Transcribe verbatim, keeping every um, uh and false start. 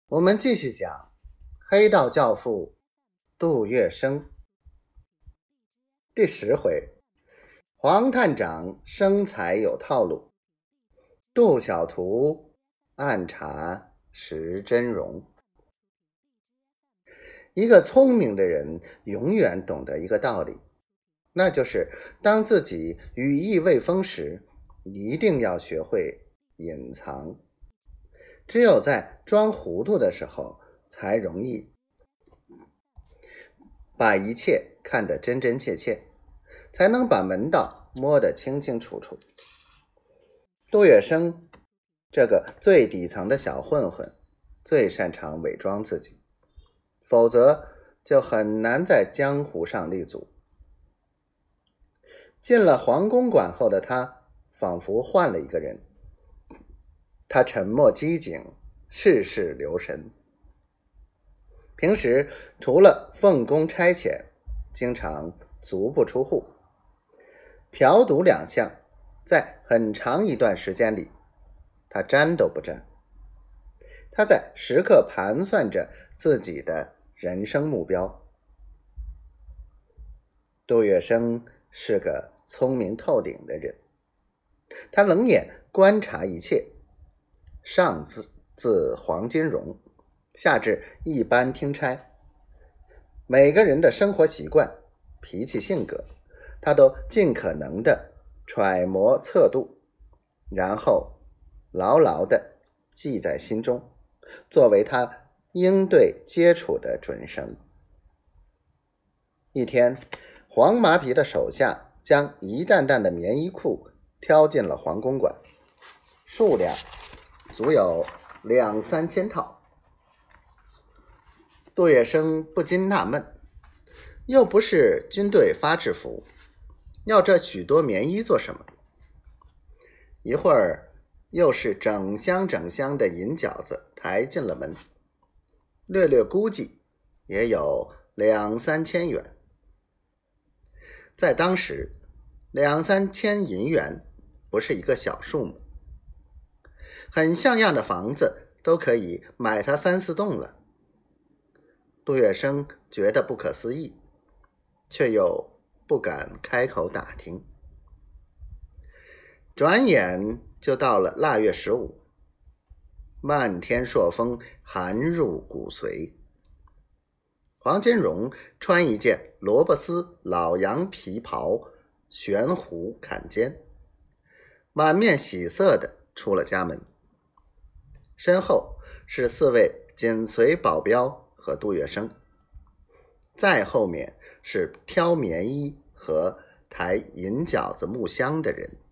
我们继续讲黑道教父杜月笙。第十回，黄探长生财有套路，杜小徒暗查识真容。一个聪明的人永远懂得一个道理，那就是当自己羽翼未丰时，一定要学会隐藏。只有在装糊涂的时候，才容易把一切看得真真切切，才能把门道摸得清清楚楚。杜月笙这个最底层的小混混，最擅长伪装自己，否则就很难在江湖上立足。进了黄公馆后的他，仿佛换了一个人。他沉默机警，事事留神。平时除了奉公差遣，经常足不出户。嫖赌两项，在很长一段时间里，他沾都不沾。他在时刻盘算着自己的人生目标。杜月笙是个聪明透顶的人，他冷眼观察一切，上自自黄金荣，下至一般听差，每个人的生活习惯、脾气性格，他都尽可能的揣摩测度，然后牢牢的记在心中，作为他应对接触的准绳。一天，黄麻皮的手下将一担担的棉衣裤挑进了黄公馆，数量足有两三千套。杜月笙不禁纳闷，又不是军队发制服，要这许多棉衣做什么？一会儿又是整箱整箱的银饺子抬进了门，略略估计也有两三千元。在当时，两三千银元不是一个小数目，很像样的房子都可以买它三四栋了。杜月笙觉得不可思议，却又不敢开口打听。转眼就到了腊月十五，漫天朔风，寒入骨髓。黄金荣穿一件萝卜丝老羊皮袍，悬壶坎肩，满面喜色的出了家门。身后是四位紧随保镖和杜月笙，再后面是挑棉衣和抬银饺子木箱的人。